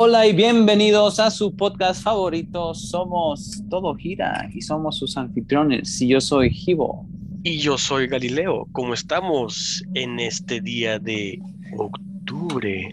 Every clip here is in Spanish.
Hola y bienvenidos a su podcast favorito. Somos Todo Gira y somos sus anfitriones. Y yo soy Gibo. Y yo soy Galileo. ¿Cómo estamos en este día de octubre?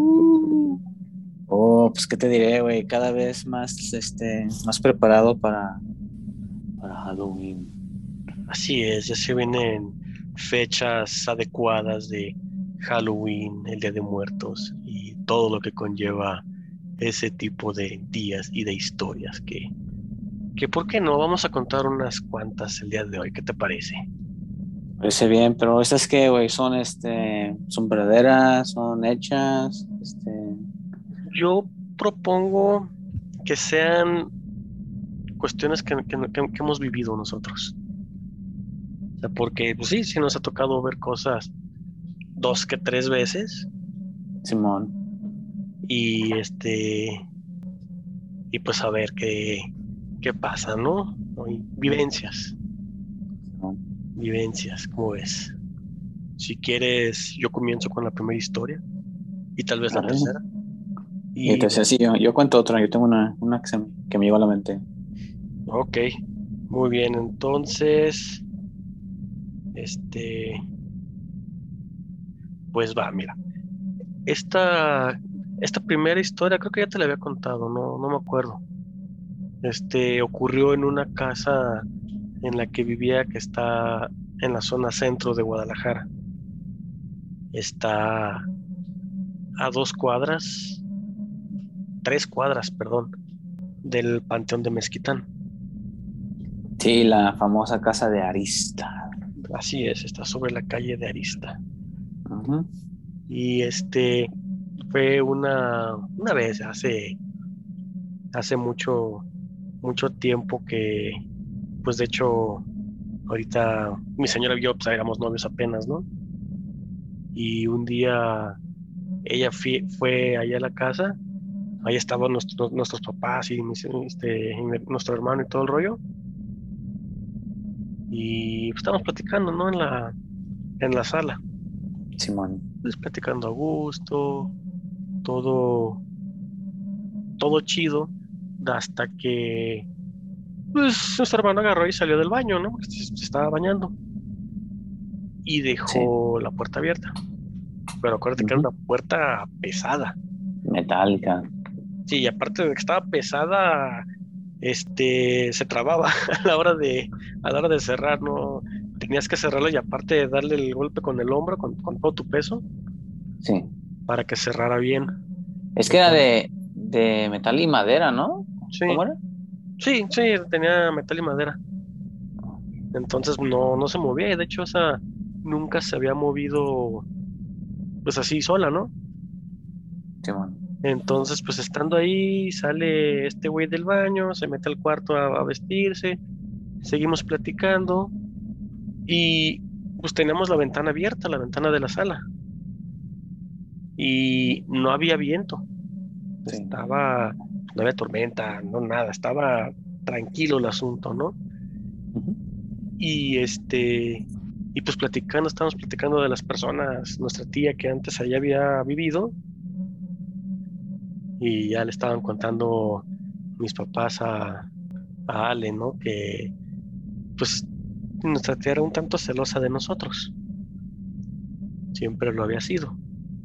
Pues qué te diré, güey, cada vez más, más preparado para Halloween. Así es, ya se vienen fechas adecuadas de Halloween, el Día de Muertos y todo lo que conlleva ese tipo de días y de historias que ¿por qué no? Vamos a contar unas cuantas el día de hoy. ¿Qué te parece? Parece bien, pero estas que, güey, son, son verdaderas, son hechas, Yo propongo que sean cuestiones que hemos vivido nosotros. O sea, porque pues sí nos ha tocado ver cosas dos que tres veces Simón. y y pues a ver qué pasa, ¿no? Y vivencias, Simón. vivencias, ¿cómo ves? Si quieres, yo comienzo con la primera historia y tal vez la Arre. tercera. Y Y entonces, sí, yo cuento otra, yo tengo una que me llegó a la mente. ok, muy bien, entonces, este, pues va, mira, esta, esta primera historia creo que ya te la había contado, no me acuerdo. Ocurrió en una casa en la que vivía, que está en la zona centro de Guadalajara. Está a 2 cuadras, 3 cuadras, perdón, del Panteón de Mezquitán. Sí, la famosa casa de Arista. Así es, está sobre la calle de Arista. Ujú. Y fue una vez, hace mucho tiempo que, pues de hecho, ahorita mi señora y yo, pues éramos novios apenas, ¿no? Y un día ella fue allá a la casa. Ahí estaban nuestros papás y nuestro hermano y todo el rollo. Y pues, estábamos platicando, ¿no? En la sala. Simón. Pues platicando a gusto, todo, todo chido, hasta que pues nuestro hermano agarró y salió del baño, ¿no? Porque se estaba bañando y Sí. dejó la puerta abierta. Pero acuérdate que era Ujú. una puerta pesada. Metálica. Sí, y aparte de que estaba pesada, se trababa a la hora de cerrar, ¿no? Tenías que cerrarlo y aparte darle el golpe con el hombro, con todo tu peso, Sí. para que cerrara bien. Es que era Entonces, de metal y madera, ¿no? sí, ¿Cómo era? sí, sí, tenía metal y madera. Entonces no se movía y de hecho esa nunca se había movido pues así sola, ¿no? Simón. Entonces, pues estando ahí, sale este güey del baño, se mete al cuarto a vestirse, seguimos platicando y pues teníamos la ventana abierta, la ventana de la sala. Y no había viento, Sí. no había tormenta, no nada, estaba tranquilo el asunto, ¿no? Ujú. Y y pues estábamos platicando de las personas, nuestra tía que antes allá había vivido, y ya le estaban contando mis papás a Ale, ¿no? Que pues nuestra tía era un tanto celosa de nosotros, siempre lo había sido.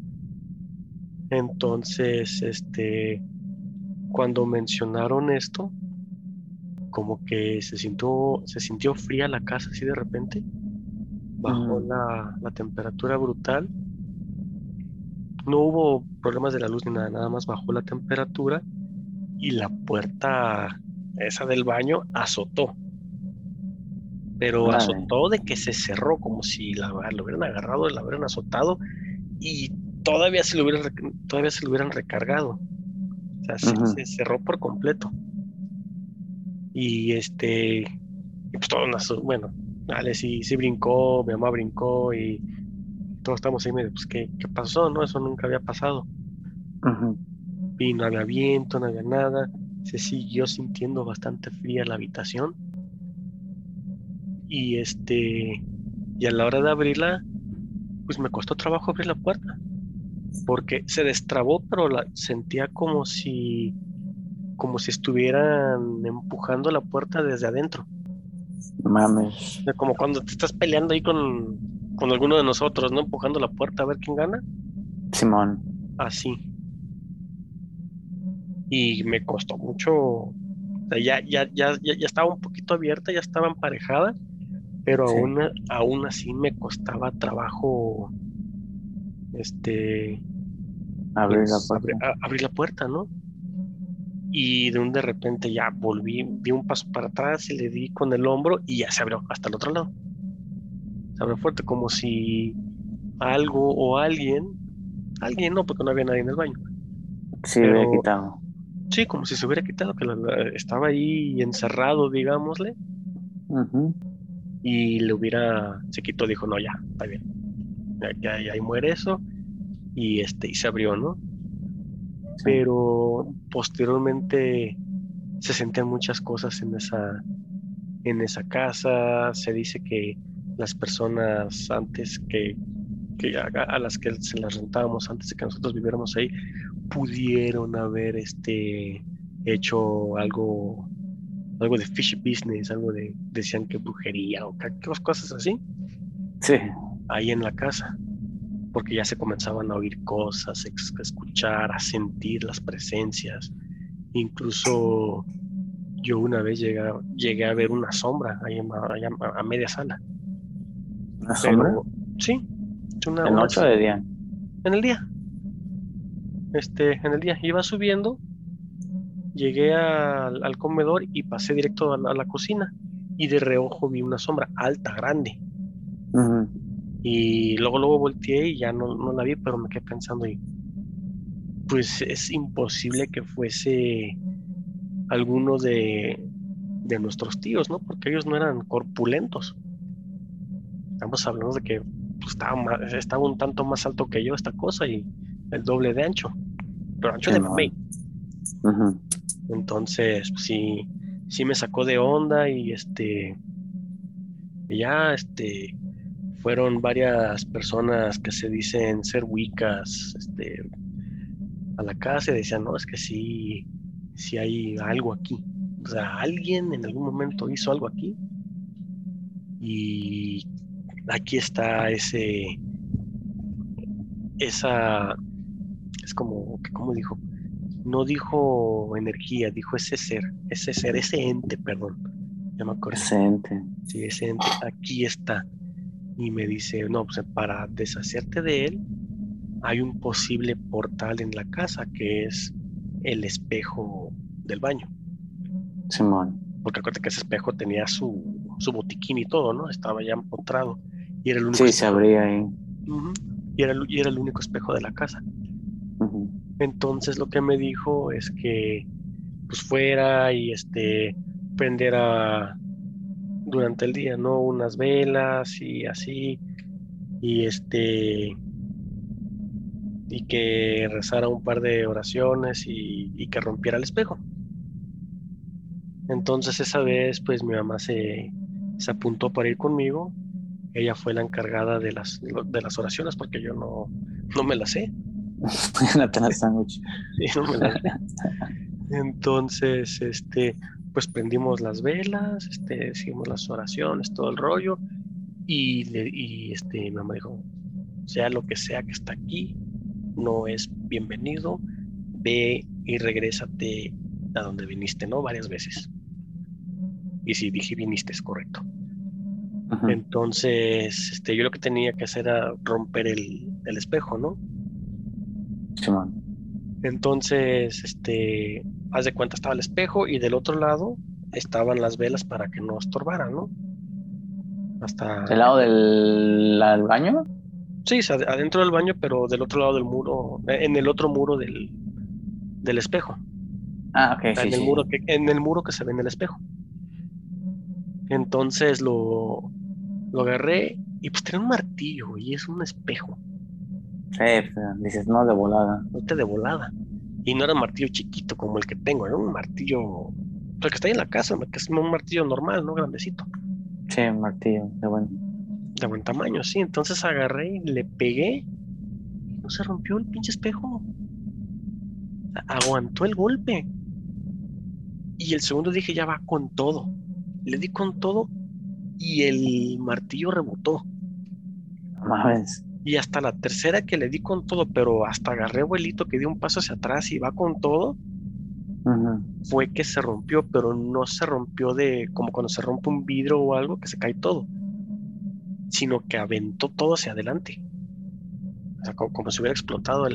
Entonces, cuando mencionaron esto, como que se sintió fría la casa así de repente, bajó Mm. la temperatura brutal, no hubo problemas de la luz ni nada, nada más bajó la temperatura y la puerta esa del baño azotó, pero Órale. azotó de que se cerró como si lo hubieran agarrado, la hubieran azotado y todavía se lo hubieran recargado, o sea, se Ujú. cerró por completo. Y y pues todos, bueno, Ale sí brincó, mi mamá brincó y todos estamos ahí medio, pues, ¿qué pasó? ¿No? Eso nunca había pasado. Ujú. Y no había viento, no había nada. Se siguió sintiendo bastante fría la habitación. Y y a la hora de abrirla, pues me costó trabajo abrir la puerta. porque se destrabó, pero sentía como si estuvieran empujando la puerta desde adentro. Mames. O sea, como cuando te estás peleando ahí con alguno de nosotros, ¿no? Empujando la puerta a ver quién gana. Simón. Así. Y me costó mucho. O sea, ya estaba un poquito abierta, ya estaba emparejada, pero Sí. aún así me costaba trabajo, este, Abrir la pues, puerta. abrir la puerta, ¿no? Y de repente ya volví, di un paso para atrás y le di con el hombro y ya se abrió hasta el otro lado. Se abrió fuerte, como si algo o alguien no, porque no había nadie en el baño, Sí, había pero quitado. sí, como si se hubiera quitado, que estaba ahí encerrado, digámosle, Ujú. y se quitó, dijo, no, ya, está bien, ya ahí muere eso, y se abrió, ¿no? Sí. Pero posteriormente se sentían muchas cosas en esa casa. Se dice que las personas antes que a las que se las rentábamos antes de que nosotros viviéramos ahí, pudieron haber hecho algo de fish business, decían que brujería o cosas así, Sí. ahí en la casa, porque ya se comenzaban a oír cosas, a escuchar, a sentir las presencias. Incluso yo una vez llegué a ver una sombra ahí allá a media sala, ¿Una sombra? pero sí, ¿De noche o de día? en el día, iba subiendo, llegué al comedor y pasé directo a la cocina y de reojo vi una sombra alta, grande. Ujú. Y luego volteé y ya no la vi, pero me quedé pensando y pues es imposible que fuese alguno de nuestros tíos, ¿no? Porque ellos no eran corpulentos. Estamos hablando de que pues, estaba un tanto más alto que yo esta cosa y el doble de ancho, pero ancho de mamey. Simón. Ujú. Entonces, pues, sí, sí me sacó de onda y ya, fueron varias personas que se dicen ser wiccas, a la casa y decían, no, es que sí, sí hay algo aquí. O sea, alguien en algún momento hizo algo aquí y aquí está esa, es como dijo, no dijo energía, dijo ese ente, perdón, ya me acordé. Excelente. Sí, ese ente aquí está. Y me dice, no, pues para deshacerte de él, hay un posible portal en la casa que es el espejo del baño. Simón. Porque acuérdate que ese espejo tenía su botiquín y todo, ¿no? Estaba ya empotrado y era el único Sí, se espejo. abría ahí. Ujú. Y era el único espejo de la casa. Ujú. Entonces lo que me dijo es que pues fuera y prendiera durante el día, ¿no? Unas velas y así, y y que rezara un par de oraciones y que rompiera el espejo. Entonces esa vez, pues mi mamá se apuntó para ir conmigo. Ella fue la encargada de las oraciones porque yo no me las sé. Nathan Sándwich. Sí, no me las sé. Entonces, pues prendimos las velas, hicimos las oraciones, todo el rollo, y mi mamá dijo, sea lo que sea que está aquí, no es bienvenido, ve y regrésate a donde viniste, ¿no? Varias veces. Y si dije viniste, es correcto. Ujú. Entonces, yo lo que tenía que hacer era romper el espejo, ¿no? Simón. Entonces, haz de cuenta, estaba el espejo y del otro lado estaban las velas para que no estorbaran, ¿no? ¿Del Hasta, lado del baño? sí, adentro del baño, pero del otro lado del muro, en el otro muro del espejo, o Ah, ok, sea, sí, sí, sí. en el muro que se ve en el espejo. Entonces lo agarré y pues tenía un martillo y es un espejo, Sí, pues, dices, no, de volada. de volada. Y no era un martillo chiquito como el que tengo, era un martillo, el que está ahí en la casa, que es un martillo normal, ¿no? Grandecito, Sí, martillo, de bueno. de buen tamaño, sí. Entonces agarré y le pegué no se rompió el pinche espejo. Aguantó el golpe. Y el segundo dije, ya va con todo. Le di con todo y el martillo rebotó. Mames. Y hasta la tercera que le di con todo, pero hasta agarré vuelito que dio un paso hacia atrás y va con todo, fue que se rompió, pero no se rompió de como cuando se rompe un vidrio o algo que se cae todo, sino que aventó todo hacia adelante. O sea, como si hubiera explotado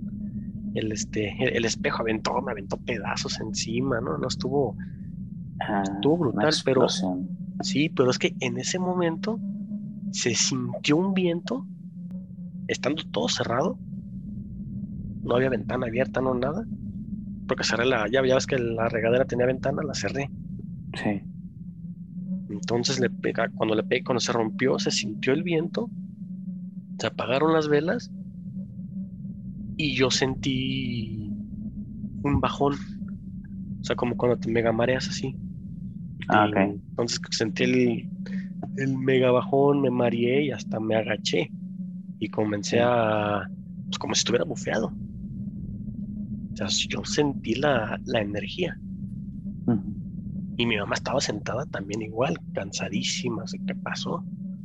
el espejo, me aventó pedazos encima, ¿no? No estuvo Una brutal, pero explosión. sí, pero es que en ese momento se sintió un viento, estando todo cerrado, no había ventana abierta, no nada, porque cerré la llave, ya ves que la regadera tenía ventana, la cerré. Sí. Entonces cuando se rompió, se sintió el viento, se apagaron las velas y yo sentí un bajón, o sea, como cuando te mega mareas así. Ok. Entonces sentí el mega bajón, me mareé y hasta me agaché y comencé pues como si estuviera bufeado. O sea, yo sentí la energía. Y mi mamá estaba sentada también igual, cansadísima, no sé qué pasó.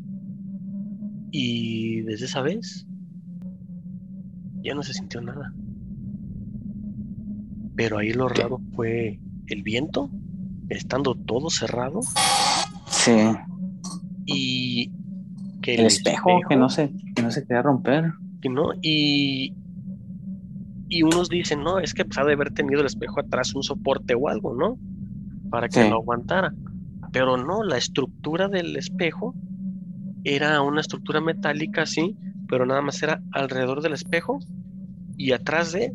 Y desde esa vez ya no se sintió nada. Pero ahí lo raro fue el viento, estando todo cerrado, Sí. y que El el espejo espejo, que no se quería romper. que no, y unos dicen, no, es que pues, ha de haber tenido el espejo atrás un soporte o algo, ¿no? Para que lo Sí. aguantara. Pero no, la estructura del espejo era una estructura metálica, sí, pero nada más era alrededor del espejo y atrás de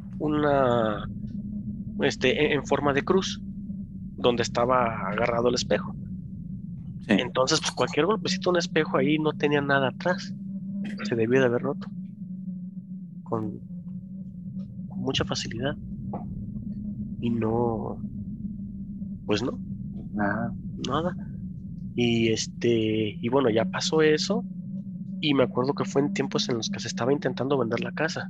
en forma de cruz, donde estaba agarrado el espejo. Sí. Entonces, pues cualquier golpecito a un espejo ahí no tenía nada atrás. Se debió de haber roto con, con mucha facilidad. Y no, pues no, Nada. nada. Y bueno, ya pasó eso. Y me acuerdo que fue en tiempos en los que se estaba intentando vender la casa.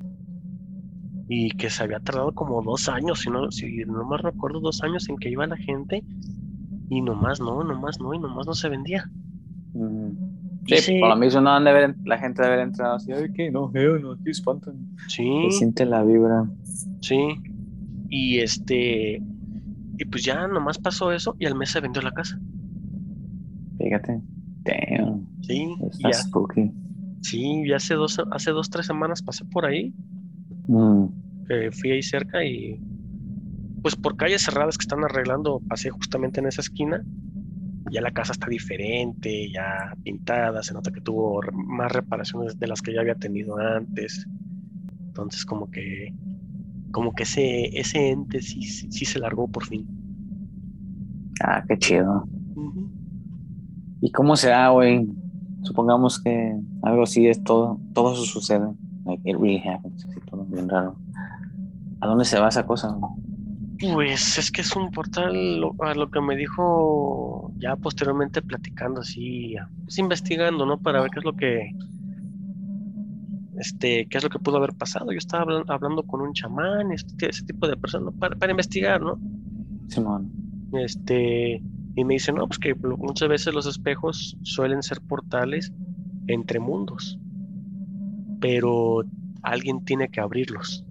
Y que se había tardado como 2 años, si no más recuerdo, 2 años en que iba la gente. Y nomás no, y nomás no se vendía. Sí, por lo Hice, mismo no han de haber, la gente debe haber entrado así, ay, que no, no, aquí espantan. Se sí, siente la vibra. sí. Y y pues ya nomás pasó eso y al mes se vendió la casa. Fíjate. Y Damn. sí, y Está ya, spooky. sí, ya hace 2, 3 semanas pasé por ahí, Mm, que fui ahí cerca y pues por calles cerradas que están arreglando, pasé justamente en esa esquina. Ya la casa está diferente, ya pintada, se nota que tuvo más reparaciones de las que ya había tenido antes. Entonces como que ese ente sí se largó por fin. qué chido. Ujú. ¿Y cómo será, güey? Supongamos que algo así es todo eso sucede. Like, it really happens. Así todo bien raro. ¿A dónde se va esa cosa? Pues es que es un portal, a lo que me dijo ya posteriormente platicando así, pues investigando, ¿no? Para ver qué es lo que pudo haber pasado. Yo estaba hablando con un chamán, ese tipo de personas, ¿no? Para investigar, ¿no? Simón. Y me dice, no, pues que muchas veces los espejos suelen ser portales entre mundos, pero alguien tiene que abrirlos.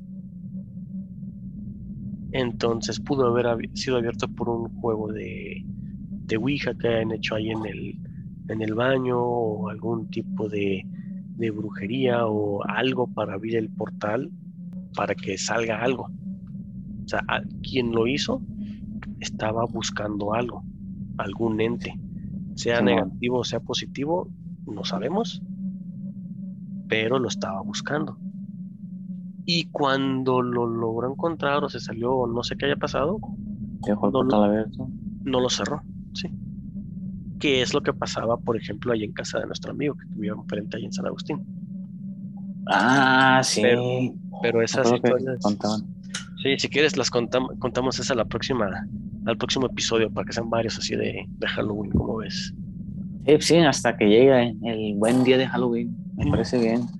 Entonces pudo haber sido abierto por un juego de Ouija que hayan hecho ahí en el baño, o algún tipo de brujería o algo para abrir el portal para que salga algo. O sea, quien lo hizo estaba buscando algo, algún ente, sea Simón. negativo o sea positivo, no sabemos, pero lo estaba buscando. Y cuando lo logró encontrar o se salió o no sé qué haya pasado, Dejó el no, portal abierto. no lo cerró, ¿sí? Que es lo que pasaba, por ejemplo, ahí en casa de nuestro amigo que tuvieron frente ahí en San Agustín. Ah, Pero, sí. pero Me esas acuerdo que historias, contaban. sí, si quieres las contamos esa al próximo episodio para que sean varios así de Halloween, ¿cómo ves? Sí, sí, hasta que llegue el buen día de Halloween. Me Mm, parece bien.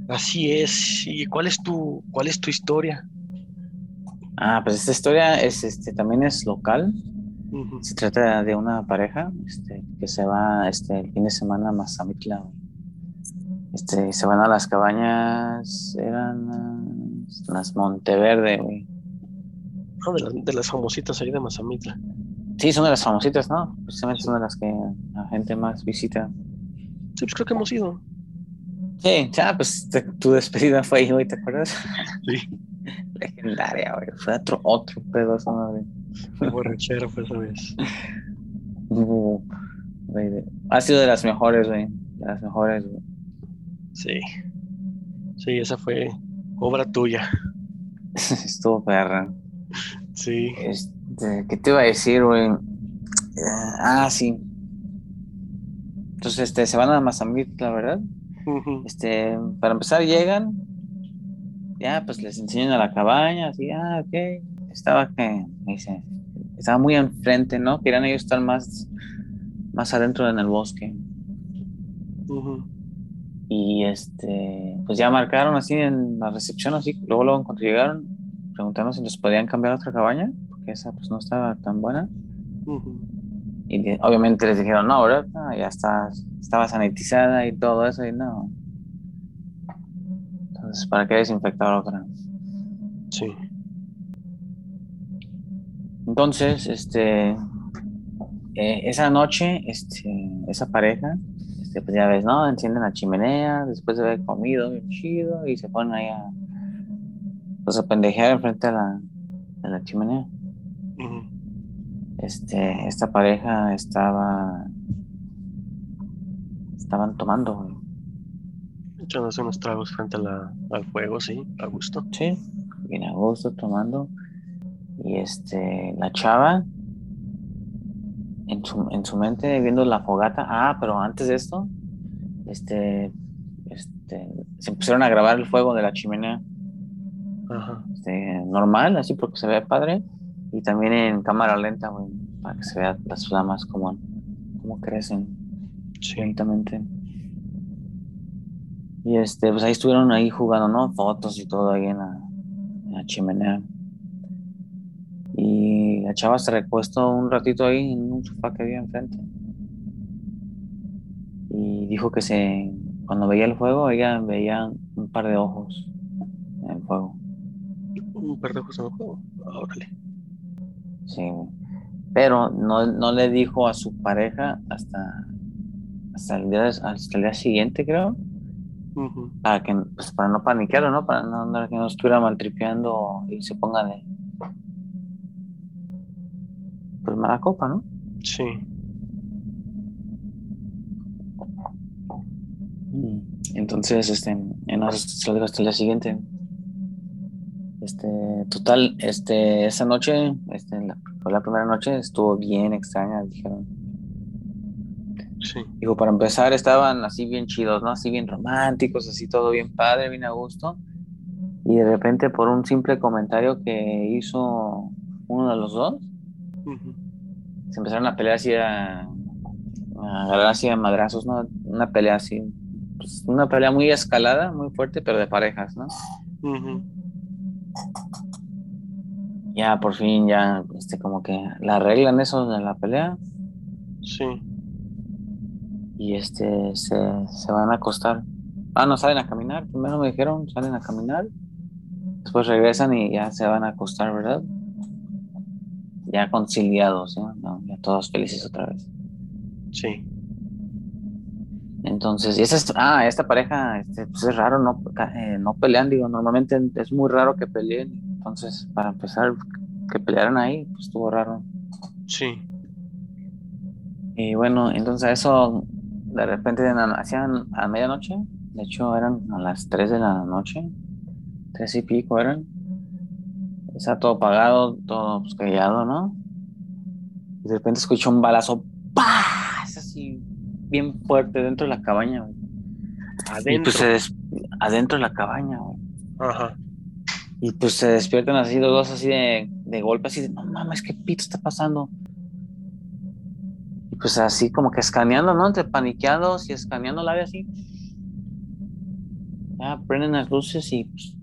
Así es. ¿Y cuál es tu historia? Pues esta historia es, también es local. Ujú. Se trata de una pareja, que se va, el fin de semana a Mazamitla, güey. Se van a las cabañas, eran las Monteverde, güey. Ah, de las famositas ahí de Mazamitla. Sí, son de las famositas, ¿no? Precisamente Sí. son de las que la gente más visita. Sí, pues creo que hemos ido. Sí, ya, pues tu despedida fue ahí, güey, ¿te acuerdas? Sí. Legendaria, güey. Fue otro pedo esa madre. De borrachera fue esa vez. Uh, güey, ha sido de las mejores, güey. De las mejores, güey. Sí. Sí, esa fue obra tuya. Estuvo perra. Sí. ¿Qué te iba a decir, güey? Sí. Entonces, se van a Mazamitla, ¿verdad? Ujú. Para empezar, llegan, ya, pues les enseñan a la cabaña, así, ok. Me dice, estaba muy enfrente, ¿no? Querían ellos estar más adentro en el bosque. Ujú. Y pues ya marcaron así en la recepción, así, luego cuando llegaron, preguntaron si les podían cambiar a otra cabaña, porque esa pues no estaba tan buena. Ujú. Y obviamente les dijeron, no, ¿verdad? No, ya estaba sanitizada y todo eso, y no. Entonces, ¿para qué desinfectar otra? Sí. Entonces, esa noche, esa pareja, pues ya ves, ¿no? Encienden la chimenea después de haber comido bien chido y se ponen ahí pues, a pendejear enfrente de la chimenea. Ujú. Esta pareja estaban tomando, güey. Echándose unos tragos frente a al fuego, sí, a gusto. Sí, bien a gusto tomando. Y la chava, en su mente, viendo la fogata. Pero antes de esto, este, se pusieron a grabar el fuego de la chimenea. Ajá. Normal, así porque se ve padre. Y también en cámara lenta, güey, para que se vean las flamas como crecen Sí. lentamente. Y pues ahí estuvieron ahí jugando, ¿no? Fotos y todo ahí en la chimenea. Y la chava se recuestó un ratito ahí en un sofá que había enfrente. Y dijo que cuando veía el fuego, ella veía un par de ojos en el fuego. Un par de ojos en el juego. Órale. Sí, güey. Pero no le dijo a su pareja hasta el día siguiente, creo, Ujú. para no paniquearlo, ¿no? Para no andar que no estuviera maltripeando y se ponga pues mala copa, ¿no? Sí. Mm. Entonces, no se lo dijo hasta el día siguiente. Total, esa noche, fue la primera noche, estuvo bien extraña, dijeron. Sí. Digo, para empezar, estaban así bien chidos, ¿no? Así bien románticos, así todo bien padre, bien a gusto. Y de repente, por un simple comentario que hizo uno de los dos, Ujú. se empezaron a pelear así, a agarrar así a madrazos, ¿no? Una pelea así, pues, una pelea muy escalada, muy fuerte, pero de parejas, ¿no? Ujú. Ya por fin, ya, como que la arreglan eso de la pelea Sí. y se van a acostar. No, salen a caminar, primero me dijeron, salen a caminar, después regresan y ya se van a acostar, ¿verdad? Ya conciliados, ¿no? No, ya todos felices otra vez. Sí. Entonces, esta pareja, pues es raro, no pelean, digo, normalmente es muy raro que peleen, entonces, para empezar, que pelearan ahí, pues estuvo raro. Sí. Y bueno, entonces eso, de repente hacían a medianoche, de hecho eran a las 3 de la noche, 3 y pico eran, está todo apagado, todo pues, callado, ¿no? Y de repente escuchó un balazo, ¡pah! Es así, bien fuerte dentro de la cabaña, güey. Y pues Adentro. adentro de la cabaña, güey. Ajá. Y pues se despiertan así los dos así de golpe, así de, no mames, ¿qué pito está pasando? Y pues así como que escaneando, ¿no? Entre paniqueados y escaneando la ave así. ya prenden las luces y pues,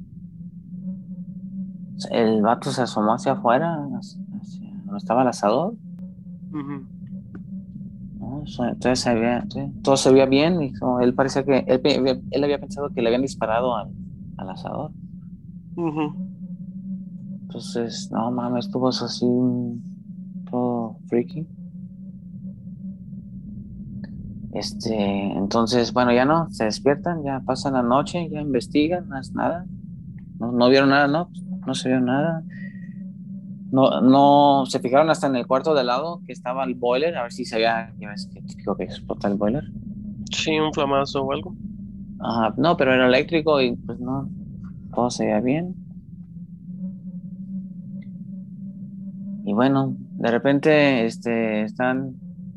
el vato se asomó hacia afuera, hacia donde estaba el asador. Ujú. ¿No? Entonces todo se veía bien. Él parecía que él había pensado que le habían disparado al asador. Ujú. Entonces, no mames, estuvo eso así, todo freaky. Entonces, bueno, ya no, se despiertan, ya pasan la noche, ya investigan, más nada. No, no vieron nada, no, no se vio nada. No, no, se fijaron hasta en el cuarto de al lado que estaba el boiler, a ver si se había, ya ves que típico que explota el boiler. Sí, un flamazo o algo. Ajá, no, pero era eléctrico y pues no, todo se veía bien. Y bueno, de repente, están,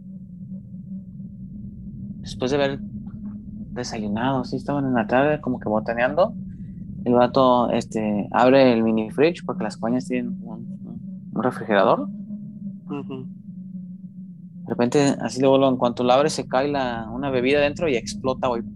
después de haber desayunado, sí, estaban en la tarde como que botaneando. El vato, abre el mini fridge porque las cabañas tienen un refrigerador. Ujú. De repente, así luego, en cuanto lo abre, se cae una bebida dentro y explota, güey.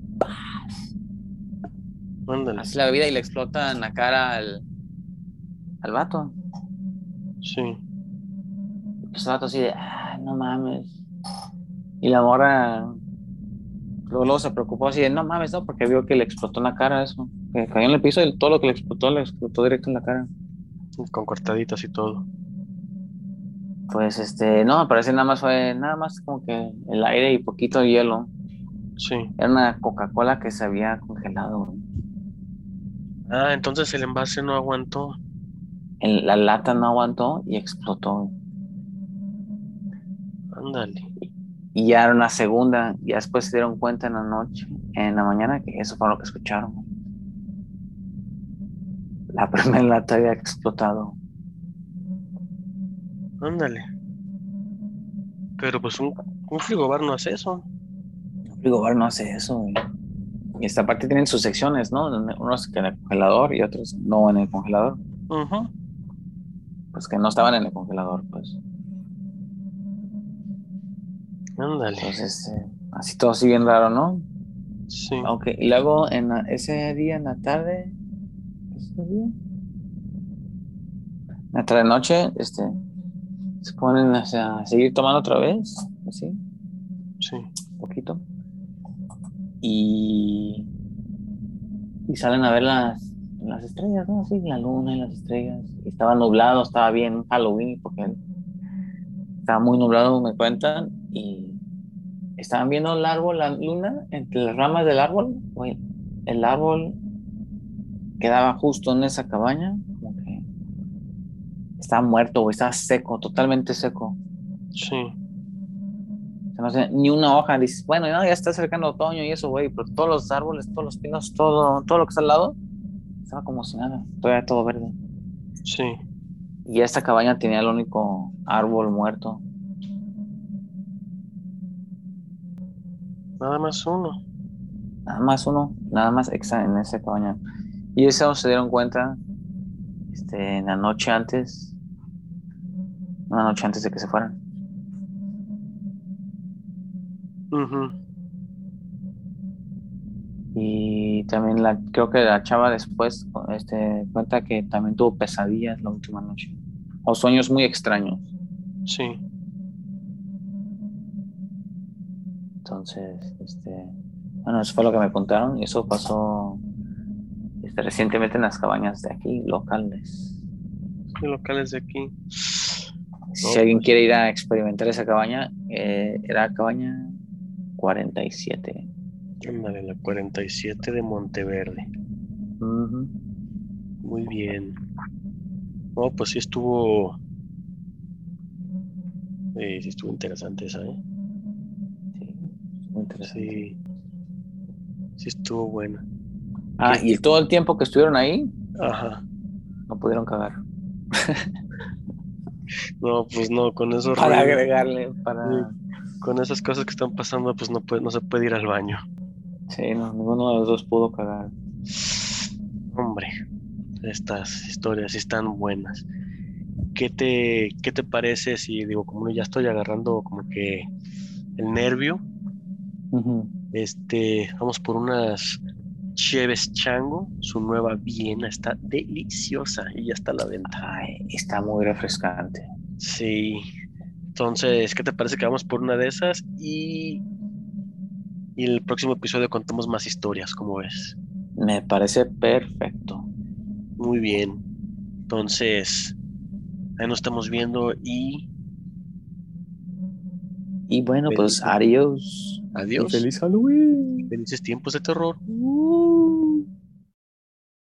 Ándale. Así la bebida y le explota en la cara al vato. Sí. Pues el vato así de, no mames. Y la morra, luego se preocupó así de, no mames, no, porque vio que le explotó en la cara eso. Que cayó en el piso y todo lo que le explotó directo en la cara. Con cortaditas y todo. Pues, no, parece nada más como que el aire y poquito hielo. Sí. Era una Coca-Cola que se había congelado, güey. Ah, entonces el envase no aguantó. La lata no aguantó y explotó. Ándale. Y ya era una segunda. Ya después se dieron cuenta en la noche, en la mañana, que eso fue lo que escucharon. La primera lata había explotado. Ándale. Pero pues un frigobar no hace eso. Un frigobar no hace eso, güey. Y esta parte tienen sus secciones, ¿no? Unos que en el congelador y otros no en el congelador. Ujú. Pues que no estaban en el congelador, pues. Ándale. Entonces, así todo así bien raro, ¿no? Sí. Ok, y luego ese día en la tarde, ¿ese día? En la tarde noche, se ponen a seguir tomando otra vez, así, un Sí. poquito, y, y salen a ver las estrellas, ¿no? Así, la luna y las estrellas. Y estaba nublado, estaba bien Halloween, porque estaba muy nublado, me cuentan, y estaban viendo el árbol, la luna, entre las ramas del árbol, güey, el árbol quedaba justo en esa cabaña, como que estaba muerto, güey, estaba seco, totalmente seco. Sí. O sea, no sé, ni una hoja. Dices, bueno, no, ya está acercando otoño y eso, güey, pero todos los árboles, todos los pinos, todo lo que está al lado, estaba como si nada, todavía todo verde. Sí. Y esta cabaña tenía el único árbol muerto. Nada más uno. Nada más uno, nada más en esa cabaña. Y eso se dieron cuenta, en la noche antes, una noche antes de que se fueran. Ujú. Y también creo que la chava después, cuenta que también tuvo pesadillas la última noche. O sueños muy extraños. Sí. Entonces, bueno, eso fue lo que me contaron y eso pasó, recientemente en las cabañas de aquí, locales. Sí, locales de aquí. Si No, alguien pues. quiere ir a experimentar esa cabaña, era cabaña 47. Ándale, la 47 de Monteverde. Ujú. Muy bien. No, pues sí estuvo interesante esa, ¿eh? Sí, muy interesante. Sí, sí estuvo buena. Ah, y todo el tiempo que estuvieron ahí, Ajá. no pudieron cagar. No, pues no, con esos Para ruidos, agregarle, sí, para... con esas cosas que están pasando, pues no se puede ir al baño. Sí, no, ninguno de los dos pudo cagar. Hombre, estas historias sí están buenas. ¿Qué te parece si, digo, como ya estoy agarrando como que el nervio, Ujú. vamos por unas Cheves Chango, su nueva Viena, está deliciosa y ya está a la venta. Ay, está muy refrescante. Sí, entonces, ¿qué te parece que vamos por una de esas y el próximo episodio contamos más historias, como ves? Me parece perfecto. Muy bien, entonces, ahí nos estamos viendo y Y bueno, pues felices, adiós y adiós, feliz Halloween. felices tiempos de terror.